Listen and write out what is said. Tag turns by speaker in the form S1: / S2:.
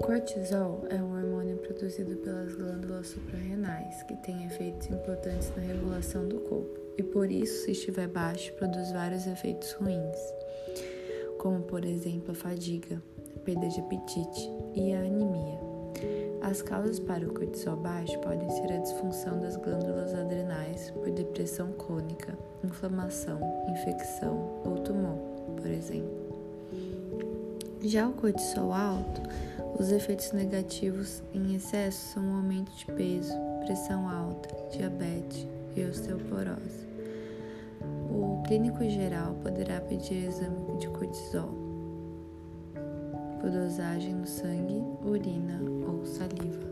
S1: cortisol é um hormônio produzido pelas glândulas suprarrenais, que tem efeitos importantes na regulação do corpo, e por isso, se estiver baixo, produz vários efeitos ruins, como por exemplo a fadiga, a perda de apetite e a anemia. As causas para o cortisol baixo podem ser a disfunção das glândulas adrenais por depressão crônica, inflamação, infecção ou tumor, por exemplo. Já o cortisol alto, os efeitos negativos em excesso são o aumento de peso, pressão alta, diabetes e osteoporose. O clínico geral poderá pedir exame de cortisol por dosagem no sangue, urina ou saliva.